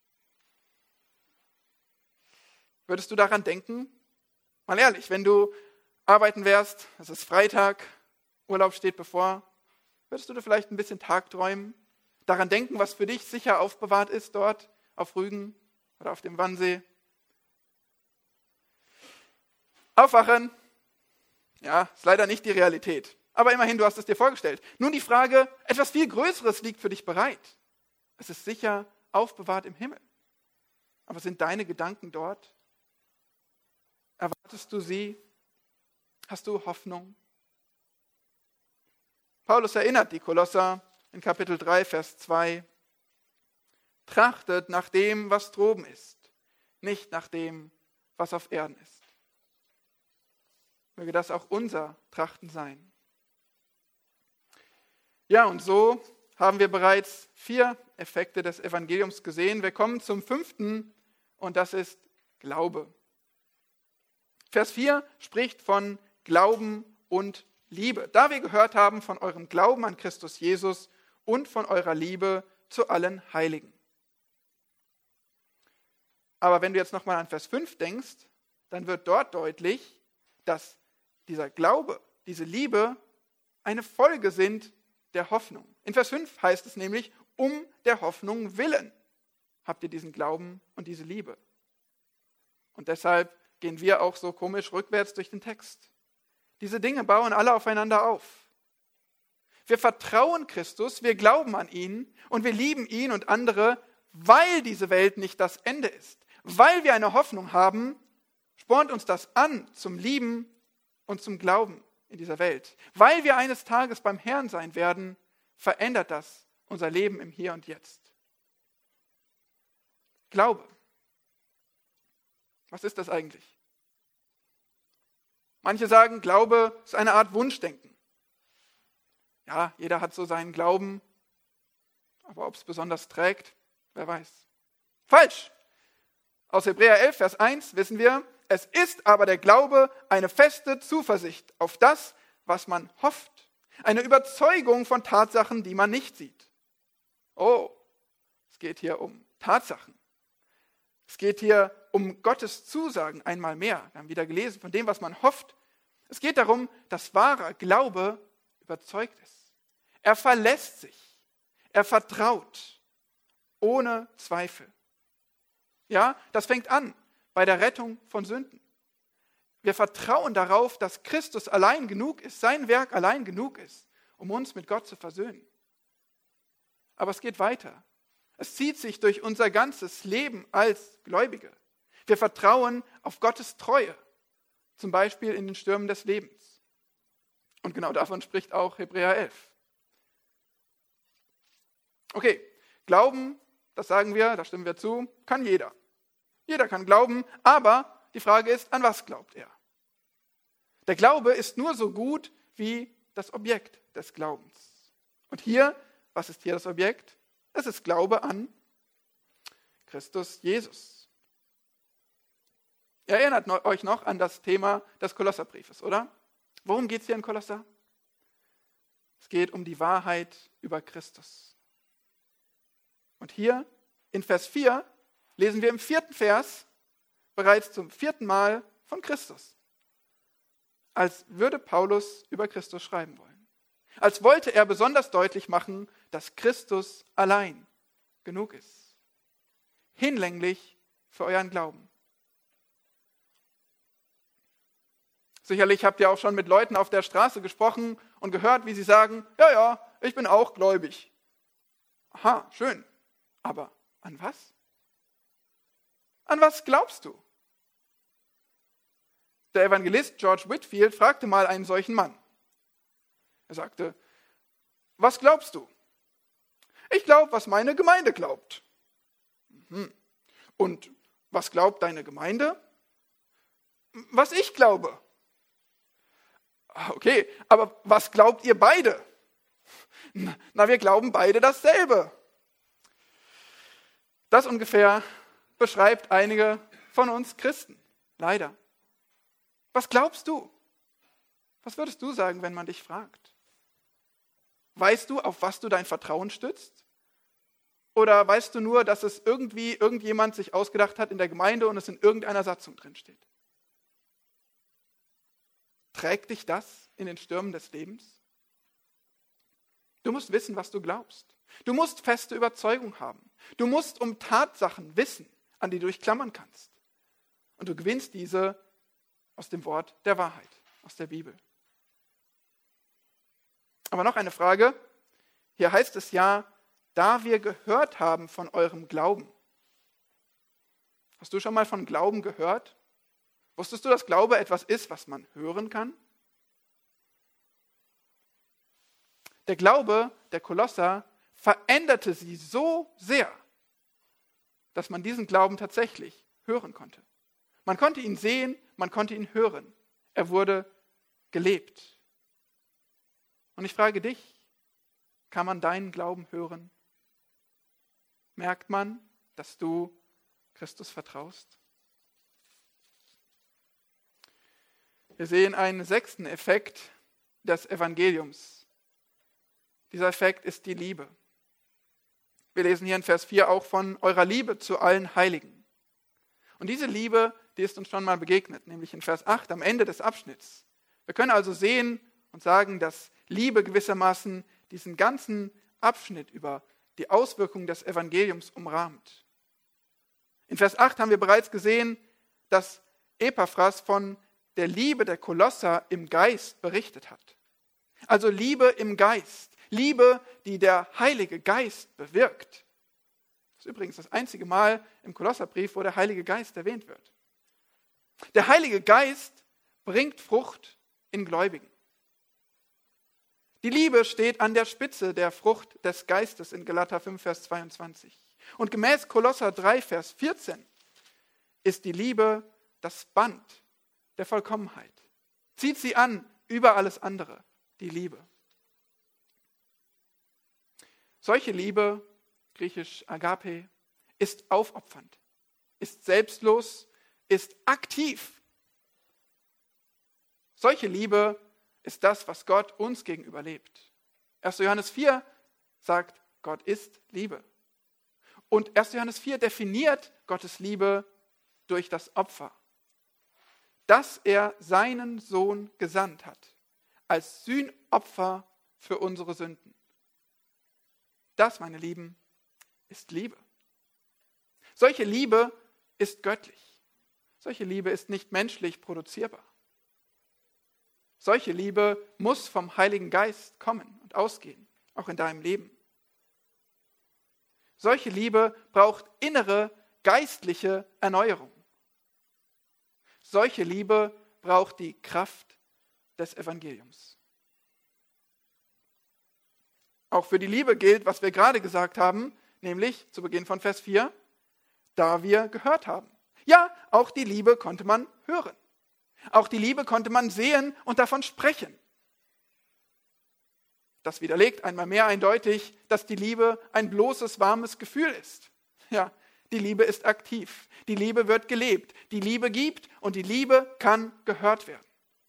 Würdest du daran denken? Mal ehrlich, wenn du arbeiten wärst, es ist Freitag, Urlaub steht bevor, würdest du dir vielleicht ein bisschen tagträumen, daran denken, was für dich sicher aufbewahrt ist dort auf Rügen oder auf dem Wannsee? Aufwachen, ja, ist leider nicht die Realität. Aber immerhin, du hast es dir vorgestellt. Nun die Frage, etwas viel Größeres liegt für dich bereit. Es ist sicher aufbewahrt im Himmel. Aber sind deine Gedanken dort? Erwartest du sie? Hast du Hoffnung? Paulus erinnert die Kolosser in Kapitel 3, Vers 2. Trachtet nach dem, was droben ist, nicht nach dem, was auf Erden ist. Möge das auch unser Trachten sein. Ja, und so haben wir bereits 4 Effekte des Evangeliums gesehen. Wir kommen zum 5. und das ist Glaube. Vers 4 spricht von Glauben und Liebe. Da wir gehört haben von eurem Glauben an Christus Jesus und von eurer Liebe zu allen Heiligen. Aber wenn du jetzt nochmal an Vers 5 denkst, dann wird dort deutlich, dass dieser Glaube, diese Liebe eine Folge sind der Hoffnung. In Vers 5 heißt es nämlich, um der Hoffnung willen habt ihr diesen Glauben und diese Liebe. Und deshalb gehen wir auch so komisch rückwärts durch den Text. Diese Dinge bauen alle aufeinander auf. Wir vertrauen Christus, wir glauben an ihn und wir lieben ihn und andere, weil diese Welt nicht das Ende ist. Weil wir eine Hoffnung haben, spornt uns das an zum Lieben und zum Glauben in dieser Welt. Weil wir eines Tages beim Herrn sein werden, verändert das unser Leben im Hier und Jetzt. Glaube. Was ist das eigentlich? Manche sagen, Glaube ist eine Art Wunschdenken. Ja, jeder hat so seinen Glauben, aber ob es besonders trägt, wer weiß. Falsch! Aus Hebräer 11, Vers 1 wissen wir, es ist aber der Glaube eine feste Zuversicht auf das, was man hofft. Eine Überzeugung von Tatsachen, die man nicht sieht. Oh, es geht hier um Tatsachen. Es geht hier um Gottes Zusagen einmal mehr. Wir haben wieder gelesen von dem, was man hofft. Es geht darum, dass wahrer Glaube überzeugt ist. Er verlässt sich. Er vertraut. Ohne Zweifel. Ja, das fängt an bei der Rettung von Sünden. Wir vertrauen darauf, dass Christus allein genug ist, sein Werk allein genug ist, um uns mit Gott zu versöhnen. Aber es geht weiter. Es zieht sich durch unser ganzes Leben als Gläubige. Wir vertrauen auf Gottes Treue, zum Beispiel in den Stürmen des Lebens. Und genau davon spricht auch Hebräer 11. Okay, Glauben, das sagen wir, da stimmen wir zu, kann jeder. Jeder kann glauben, aber die Frage ist, an was glaubt er? Der Glaube ist nur so gut wie das Objekt des Glaubens. Und hier, was ist hier das Objekt? Es ist Glaube an Christus Jesus. Ihr erinnert euch noch an das Thema des Kolosserbriefes, oder? Worum geht es hier in Kolosser? Es geht um die Wahrheit über Christus. Und hier in Vers 4 lesen wir im 4. Vers bereits zum 4. Mal von Christus. Als würde Paulus über Christus schreiben wollen. Als wollte er besonders deutlich machen, dass Christus allein genug ist. Hinlänglich für euren Glauben. Sicherlich habt ihr auch schon mit Leuten auf der Straße gesprochen und gehört, wie sie sagen, ja, ich bin auch gläubig. Aha, schön. Aber an was? An was glaubst du? Der Evangelist George Whitefield fragte mal einen solchen Mann. Er sagte, was glaubst du? Ich glaube, was meine Gemeinde glaubt. Und was glaubt deine Gemeinde? Was ich glaube. Okay, aber was glaubt ihr beide? Na, wir glauben beide dasselbe. Das ungefähr beschreibt einige von uns Christen. Leider. Was glaubst du? Was würdest du sagen, wenn man dich fragt? Weißt du, auf was du dein Vertrauen stützt? Oder weißt du nur, dass es irgendjemand sich ausgedacht hat in der Gemeinde und es in irgendeiner Satzung drin steht? Trägt dich das in den Stürmen des Lebens? Du musst wissen, was du glaubst. Du musst feste Überzeugung haben. Du musst um Tatsachen wissen, an die du dich klammern kannst. Und du gewinnst diese aus dem Wort der Wahrheit, aus der Bibel. Aber noch eine Frage. Hier heißt es ja, da wir gehört haben von eurem Glauben. Hast du schon mal von Glauben gehört? Wusstest du, dass Glaube etwas ist, was man hören kann? Der Glaube der Kolosser veränderte sie so sehr, dass man diesen Glauben tatsächlich hören konnte. Man konnte ihn sehen, man konnte ihn hören. Er wurde gelebt. Und ich frage dich, kann man deinen Glauben hören? Merkt man, dass du Christus vertraust? Wir sehen einen 6. Effekt des Evangeliums. Dieser Effekt ist die Liebe. Wir lesen hier in Vers 4 auch von eurer Liebe zu allen Heiligen. Und diese Liebe, die ist uns schon mal begegnet, nämlich in Vers 8 am Ende des Abschnitts. Wir können also sehen und sagen, dass Liebe gewissermaßen diesen ganzen Abschnitt über die Auswirkungen des Evangeliums umrahmt. In Vers 8 haben wir bereits gesehen, dass Epaphras von der Liebe der Kolosser im Geist berichtet hat. Also Liebe im Geist. Liebe, die der Heilige Geist bewirkt. Das ist übrigens das einzige Mal im Kolosserbrief, wo der Heilige Geist erwähnt wird. Der Heilige Geist bringt Frucht in Gläubigen. Die Liebe steht an der Spitze der Frucht des Geistes in Galater 5, Vers 22. Und gemäß Kolosser 3, Vers 14 ist die Liebe das Band der Vollkommenheit. Zieht sie an über alles andere, die Liebe. Solche Liebe, griechisch Agape, ist aufopfernd, ist selbstlos, ist aktiv. Solche Liebe ist das, was Gott uns gegenüber lebt. 1. Johannes 4 sagt, Gott ist Liebe. Und 1. Johannes 4 definiert Gottes Liebe durch das Opfer, dass er seinen Sohn gesandt hat, als Sühnopfer für unsere Sünden. Das, meine Lieben, ist Liebe. Solche Liebe ist göttlich. Solche Liebe ist nicht menschlich produzierbar. Solche Liebe muss vom Heiligen Geist kommen und ausgehen, auch in deinem Leben. Solche Liebe braucht innere geistliche Erneuerung. Solche Liebe braucht die Kraft des Evangeliums. Auch für die Liebe gilt, was wir gerade gesagt haben, nämlich zu Beginn von Vers 4, da wir gehört haben. Ja, auch die Liebe konnte man hören. Auch die Liebe konnte man sehen und davon sprechen. Das widerlegt einmal mehr eindeutig, dass die Liebe ein bloßes, warmes Gefühl ist. Ja, die Liebe ist aktiv. Die Liebe wird gelebt. Die Liebe gibt und die Liebe kann gehört werden.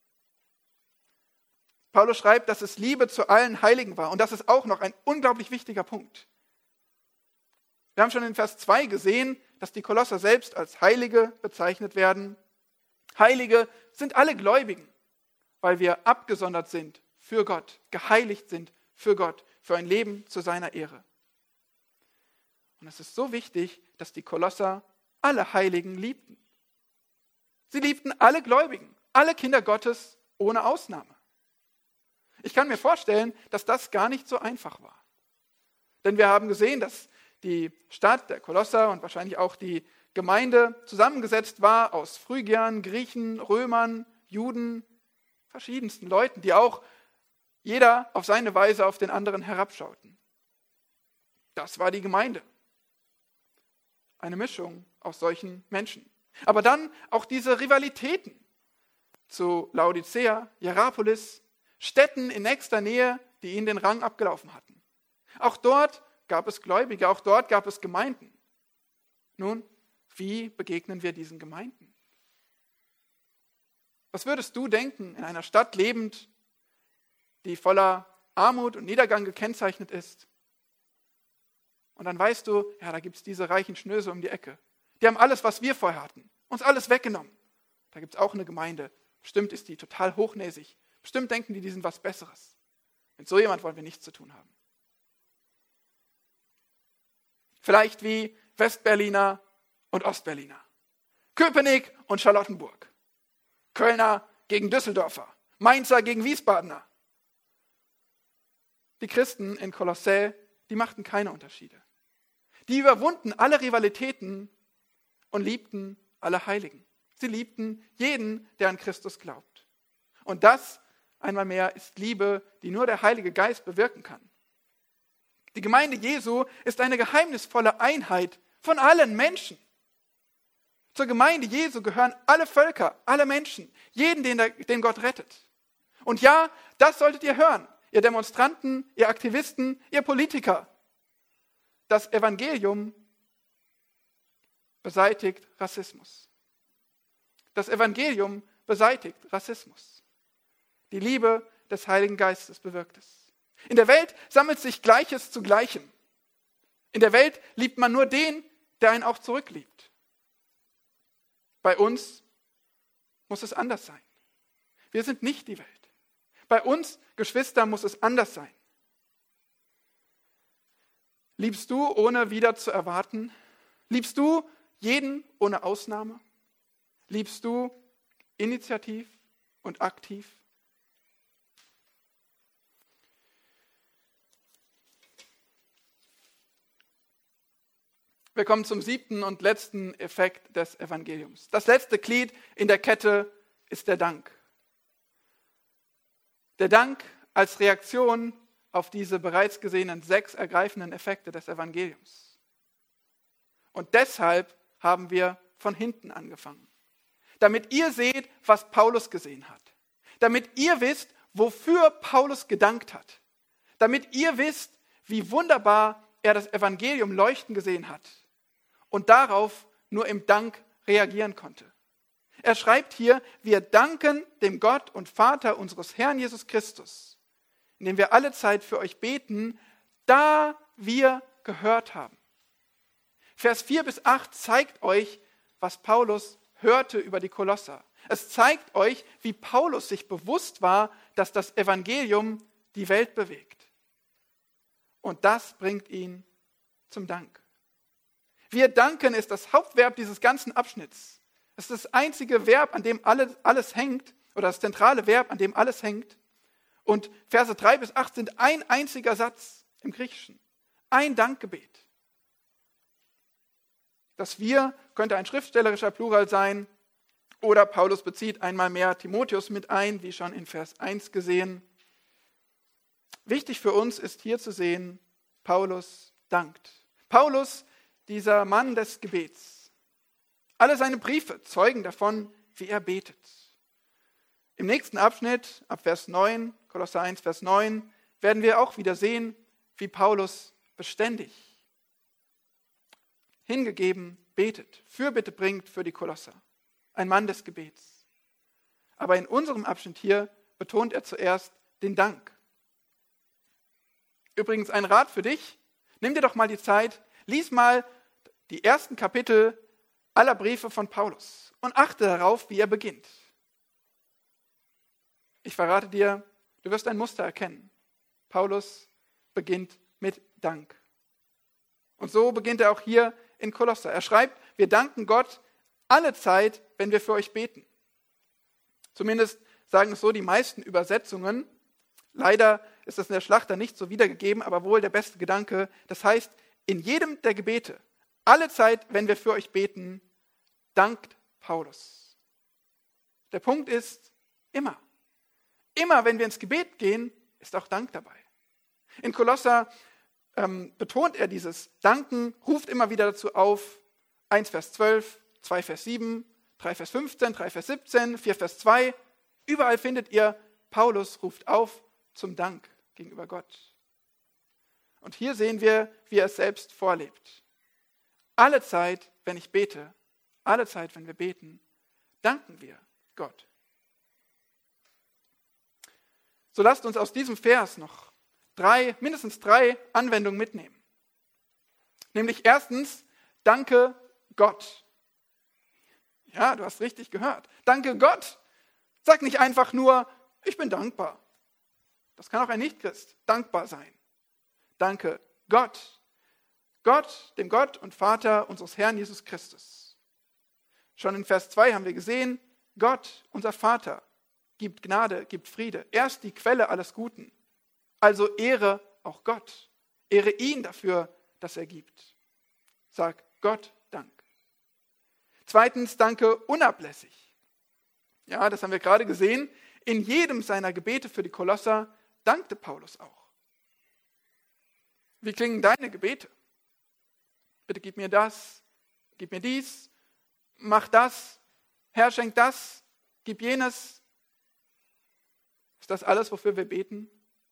Paulus schreibt, dass es Liebe zu allen Heiligen war. Und das ist auch noch ein unglaublich wichtiger Punkt. Wir haben schon in Vers 2 gesehen, dass die Kolosser selbst als Heilige bezeichnet werden. Heilige sind alle Gläubigen, weil wir abgesondert sind für Gott, geheiligt sind für Gott, für ein Leben zu seiner Ehre. Und es ist so wichtig, dass die Kolosser alle Heiligen liebten. Sie liebten alle Gläubigen, alle Kinder Gottes ohne Ausnahme. Ich kann mir vorstellen, dass das gar nicht so einfach war. Denn wir haben gesehen, dass die Stadt der Kolosser und wahrscheinlich auch die Gemeinde zusammengesetzt war aus Phrygiern, Griechen, Römern, Juden, verschiedensten Leuten, die auch jeder auf seine Weise auf den anderen herabschauten. Das war die Gemeinde. Eine Mischung aus solchen Menschen. Aber dann auch diese Rivalitäten zu Laodicea, Hierapolis, Städten in nächster Nähe, die ihnen den Rang abgelaufen hatten. Auch dort gab es Gläubige, auch dort gab es Gemeinden. Nun, wie begegnen wir diesen Gemeinden? Was würdest du denken, in einer Stadt lebend, die voller Armut und Niedergang gekennzeichnet ist? Und dann weißt du, ja, da gibt es diese reichen Schnösel um die Ecke. Die haben alles, was wir vorher hatten, uns alles weggenommen. Da gibt es auch eine Gemeinde. Bestimmt ist die total hochnäsig. Bestimmt denken die sind was Besseres. Mit so jemand wollen wir nichts zu tun haben. Vielleicht wie Westberliner und Ostberliner. Köpenick und Charlottenburg. Kölner gegen Düsseldorfer. Mainzer gegen Wiesbadener. Die Christen in Kolossä, die machten keine Unterschiede. Die überwunden alle Rivalitäten und liebten alle Heiligen. Sie liebten jeden, der an Christus glaubt. Und das, einmal mehr, ist Liebe, die nur der Heilige Geist bewirken kann. Die Gemeinde Jesu ist eine geheimnisvolle Einheit von allen Menschen. Zur Gemeinde Jesu gehören alle Völker, alle Menschen, jeden, den Gott rettet. Und ja, das solltet ihr hören, ihr Demonstranten, ihr Aktivisten, ihr Politiker. Das Evangelium beseitigt Rassismus. Das Evangelium beseitigt Rassismus. Die Liebe des Heiligen Geistes bewirkt es. In der Welt sammelt sich Gleiches zu Gleichem. In der Welt liebt man nur den, der einen auch zurückliebt. Bei uns muss es anders sein. Wir sind nicht die Welt. Bei uns, Geschwister, muss es anders sein. Liebst du, ohne wieder zu erwarten? Liebst du jeden ohne Ausnahme? Liebst du initiativ und aktiv? Wir kommen zum 7. und letzten Effekt des Evangeliums. Das letzte Glied in der Kette ist der Dank. Der Dank als Reaktion auf diese bereits gesehenen 6 ergreifenden Effekte des Evangeliums. Und deshalb haben wir von hinten angefangen. Damit ihr seht, was Paulus gesehen hat. Damit ihr wisst, wofür Paulus gedankt hat. Damit ihr wisst, wie wunderbar er das Evangelium leuchten gesehen hat. Und darauf nur im Dank reagieren konnte. Er schreibt hier, wir danken dem Gott und Vater unseres Herrn Jesus Christus, indem wir alle Zeit für euch beten, da wir gehört haben. Vers 4-8 zeigt euch, was Paulus hörte über die Kolosser. Es zeigt euch, wie Paulus sich bewusst war, dass das Evangelium die Welt bewegt. Und das bringt ihn zum Dank. Wir danken ist das Hauptverb dieses ganzen Abschnitts. Es ist das einzige Verb, an dem alles hängt, oder das zentrale Verb, an dem alles hängt. Und Verse 3-8 sind ein einziger Satz im Griechischen. Ein Dankgebet. Das Wir könnte ein schriftstellerischer Plural sein, oder Paulus bezieht einmal mehr Timotheus mit ein, wie schon in Vers 1 gesehen. Wichtig für uns ist hier zu sehen, Paulus dankt. Paulus, dieser Mann des Gebets. Alle seine Briefe zeugen davon, wie er betet. Im nächsten Abschnitt, ab Vers 9, Kolosser 1, Vers 9, werden wir auch wieder sehen, wie Paulus beständig, hingegeben betet, Fürbitte bringt für die Kolosser. Ein Mann des Gebets. Aber in unserem Abschnitt hier betont er zuerst den Dank. Übrigens ein Rat für dich, nimm dir doch mal die Zeit, Lies mal die ersten Kapitel aller Briefe von Paulus und achte darauf, wie er beginnt. Ich verrate dir, du wirst ein Muster erkennen. Paulus beginnt mit Dank. Und so beginnt er auch hier in Kolosser. Er schreibt, wir danken Gott alle Zeit, wenn wir für euch beten. Zumindest sagen es so die meisten Übersetzungen. Leider ist das in der Schlachter nicht so wiedergegeben, aber wohl der beste Gedanke. Das heißt, in jedem der Gebete, alle Zeit, wenn wir für euch beten, dankt Paulus. Der Punkt ist, immer. Immer, wenn wir ins Gebet gehen, ist auch Dank dabei. In Kolosser betont er dieses Danken, ruft immer wieder dazu auf, 1 Vers 12, 2 Vers 7, 3 Vers 15, 3 Vers 17, 4 Vers 2. Überall findet ihr, Paulus ruft auf zum Dank gegenüber Gott. Und hier sehen wir, wie er es selbst vorlebt. Alle Zeit, wenn ich bete, alle Zeit, wenn wir beten, danken wir Gott. So lasst uns aus diesem Vers noch mindestens drei Anwendungen mitnehmen. Nämlich erstens, danke Gott. Ja, du hast richtig gehört. Danke Gott. Sag nicht einfach nur, ich bin dankbar. Das kann auch ein Nichtchrist dankbar sein. Danke Gott. Gott, dem Gott und Vater unseres Herrn Jesus Christus. Schon in Vers 2 haben wir gesehen, Gott, unser Vater, gibt Gnade, gibt Friede. Er ist die Quelle alles Guten. Also ehre auch Gott. Ehre ihn dafür, dass er gibt. Sag Gott Dank. Zweitens, danke unablässig. Ja, das haben wir gerade gesehen. In jedem seiner Gebete für die Kolosser dankte Paulus auch. Wie klingen deine Gebete? Bitte gib mir das, gib mir dies, mach das, Herr, schenk das, gib jenes. Ist das alles, wofür wir beten?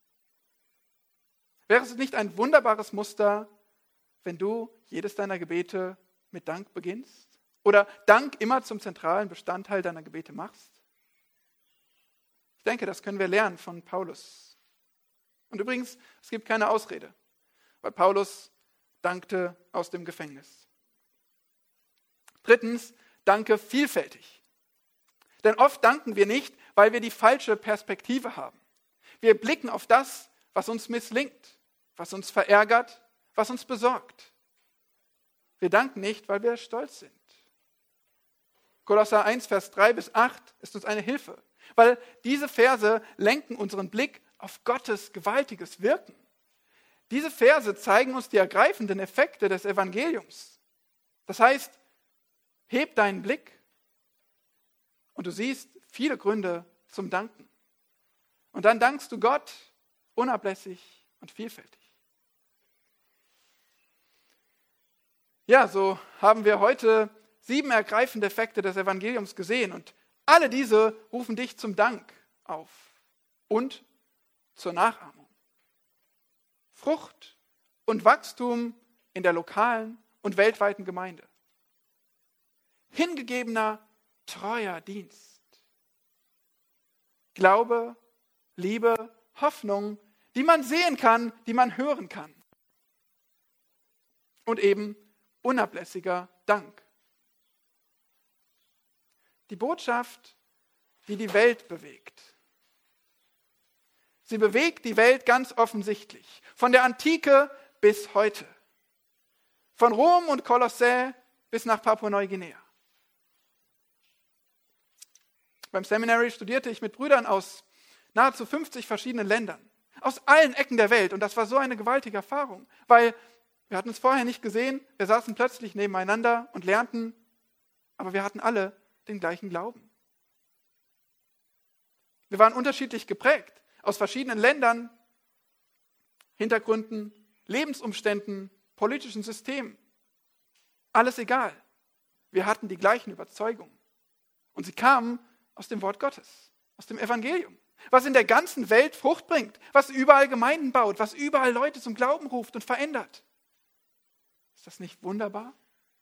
Wäre es nicht ein wunderbares Muster, wenn du jedes deiner Gebete mit Dank beginnst? Oder Dank immer zum zentralen Bestandteil deiner Gebete machst? Ich denke, das können wir lernen von Paulus. Und übrigens, es gibt keine Ausrede, weil Paulus dankte aus dem Gefängnis. Drittens, danke vielfältig. Denn oft danken wir nicht, weil wir die falsche Perspektive haben. Wir blicken auf das, was uns misslingt, was uns verärgert, was uns besorgt. Wir danken nicht, weil wir stolz sind. Kolosser 1, Vers 3 bis 8 ist uns eine Hilfe, weil diese Verse lenken unseren Blick auf Gottes gewaltiges Wirken. Diese Verse zeigen uns die ergreifenden Effekte des Evangeliums. Das heißt, heb deinen Blick und du siehst viele Gründe zum Danken. Und dann dankst du Gott unablässig und vielfältig. Ja, so haben wir heute 7 ergreifende Effekte des Evangeliums gesehen und alle diese rufen dich zum Dank auf und zur Nachahmung. Frucht und Wachstum in der lokalen und weltweiten Gemeinde. Hingegebener, treuer Dienst. Glaube, Liebe, Hoffnung, die man sehen kann, die man hören kann. Und eben unablässiger Dank. Die Botschaft, die die Welt bewegt. Sie bewegt die Welt ganz offensichtlich. Von der Antike bis heute. Von Rom und Kolossä bis nach Papua-Neuguinea. Beim Seminary studierte ich mit Brüdern aus nahezu 50 verschiedenen Ländern. Aus allen Ecken der Welt. Und das war so eine gewaltige Erfahrung. Weil wir hatten uns vorher nicht gesehen. Wir saßen plötzlich nebeneinander und lernten. Aber wir hatten alle den gleichen Glauben. Wir waren unterschiedlich geprägt. Aus verschiedenen Ländern, Hintergründen, Lebensumständen, politischen Systemen. Alles egal. Wir hatten die gleichen Überzeugungen. Und sie kamen aus dem Wort Gottes, aus dem Evangelium. Was in der ganzen Welt Frucht bringt, was überall Gemeinden baut, was überall Leute zum Glauben ruft und verändert. Ist das nicht wunderbar?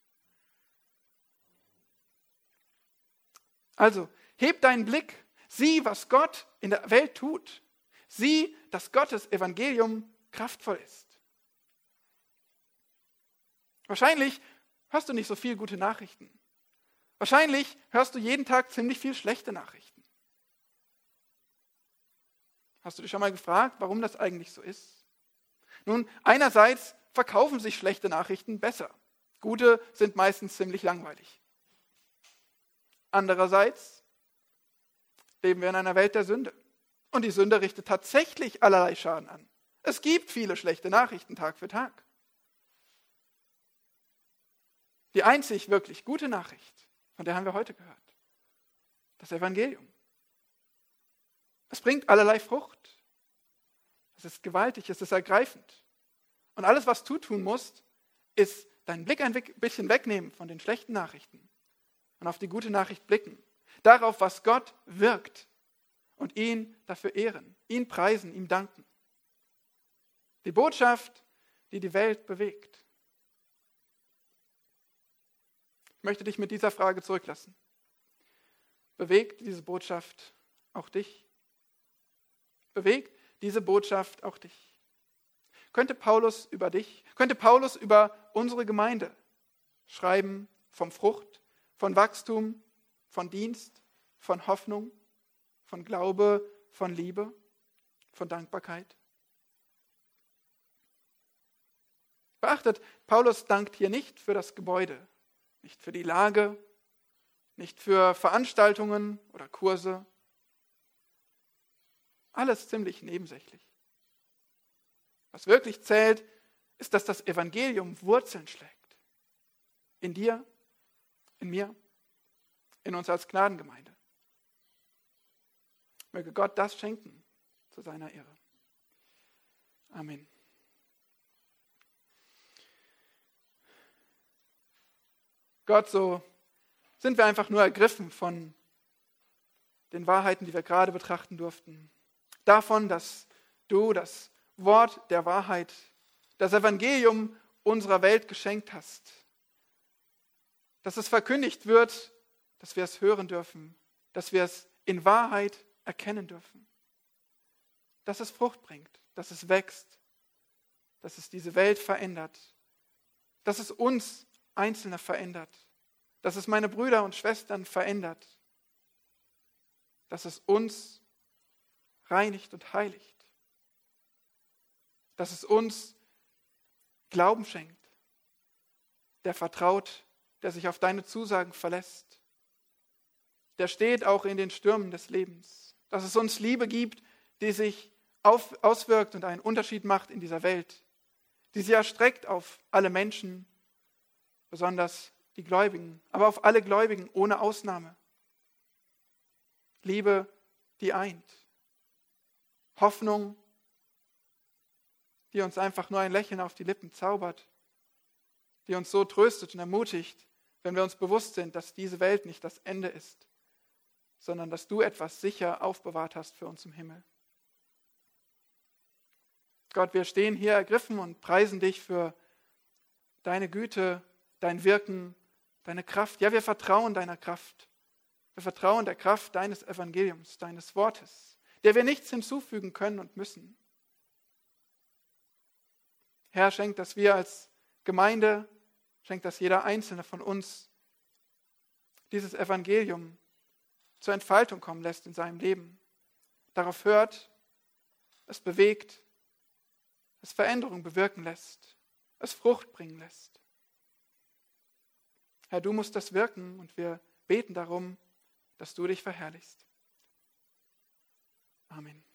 Also, heb deinen Blick, sieh, was Gott in der Welt tut. Sieh, dass Gottes Evangelium kraftvoll ist. Wahrscheinlich hörst du nicht so viel gute Nachrichten. Wahrscheinlich hörst du jeden Tag ziemlich viel schlechte Nachrichten. Hast du dich schon mal gefragt, warum das eigentlich so ist? Nun, einerseits verkaufen sich schlechte Nachrichten besser. Gute sind meistens ziemlich langweilig. Andererseits leben wir in einer Welt der Sünde. Und die Sünde richtet tatsächlich allerlei Schaden an. Es gibt viele schlechte Nachrichten Tag für Tag. Die einzig wirklich gute Nachricht, von der haben wir heute gehört, das Evangelium. Es bringt allerlei Frucht. Es ist gewaltig, es ist ergreifend. Und alles, was du tun musst, ist deinen Blick ein bisschen wegnehmen von den schlechten Nachrichten und auf die gute Nachricht blicken. Darauf, was Gott wirkt und ihn dafür ehren, ihn preisen, ihm danken. Die Botschaft, die die Welt bewegt. Ich möchte dich mit dieser Frage zurücklassen. Bewegt diese Botschaft auch dich? Bewegt diese Botschaft auch dich? Könnte Paulus über unsere Gemeinde schreiben von Frucht, von Wachstum, von Dienst, von Hoffnung, von Glaube, von Liebe, von Dankbarkeit? Beachtet, Paulus dankt hier nicht für das Gebäude, nicht für die Lage, nicht für Veranstaltungen oder Kurse. Alles ziemlich nebensächlich. Was wirklich zählt, ist, dass das Evangelium Wurzeln schlägt. In dir, in mir, in uns als Gnadengemeinde. Möge Gott das schenken zu seiner Ehre. Amen. Gott, so sind wir einfach nur ergriffen von den Wahrheiten, die wir gerade betrachten durften. Davon, dass du das Wort der Wahrheit, das Evangelium unserer Welt geschenkt hast. Dass es verkündigt wird, dass wir es hören dürfen, dass wir es in Wahrheit erkennen dürfen. Dass es Frucht bringt, dass es wächst, dass es diese Welt verändert, dass es uns Einzelne verändert, dass es meine Brüder und Schwestern verändert, dass es uns reinigt und heiligt, dass es uns Glauben schenkt, der vertraut, der sich auf deine Zusagen verlässt, der steht auch in den Stürmen des Lebens, dass es uns Liebe gibt, die sich auswirkt und einen Unterschied macht in dieser Welt, die sich erstreckt auf alle Menschen, besonders die Gläubigen, aber auf alle Gläubigen ohne Ausnahme. Liebe, die eint. Hoffnung, die uns einfach nur ein Lächeln auf die Lippen zaubert, die uns so tröstet und ermutigt, wenn wir uns bewusst sind, dass diese Welt nicht das Ende ist, sondern dass du etwas sicher aufbewahrt hast für uns im Himmel. Gott, wir stehen hier ergriffen und preisen dich für deine Güte, dein Wirken, deine Kraft. Ja, wir vertrauen deiner Kraft. Wir vertrauen der Kraft deines Evangeliums, deines Wortes, der wir nichts hinzufügen können und müssen. Herr, schenk, dass wir als Gemeinde, schenk, dass jeder Einzelne von uns dieses Evangelium zur Entfaltung kommen lässt in seinem Leben. Darauf hört, es bewegt, es Veränderung bewirken lässt, es Frucht bringen lässt. Herr, du musst das wirken und wir beten darum, dass du dich verherrlichst. Amen.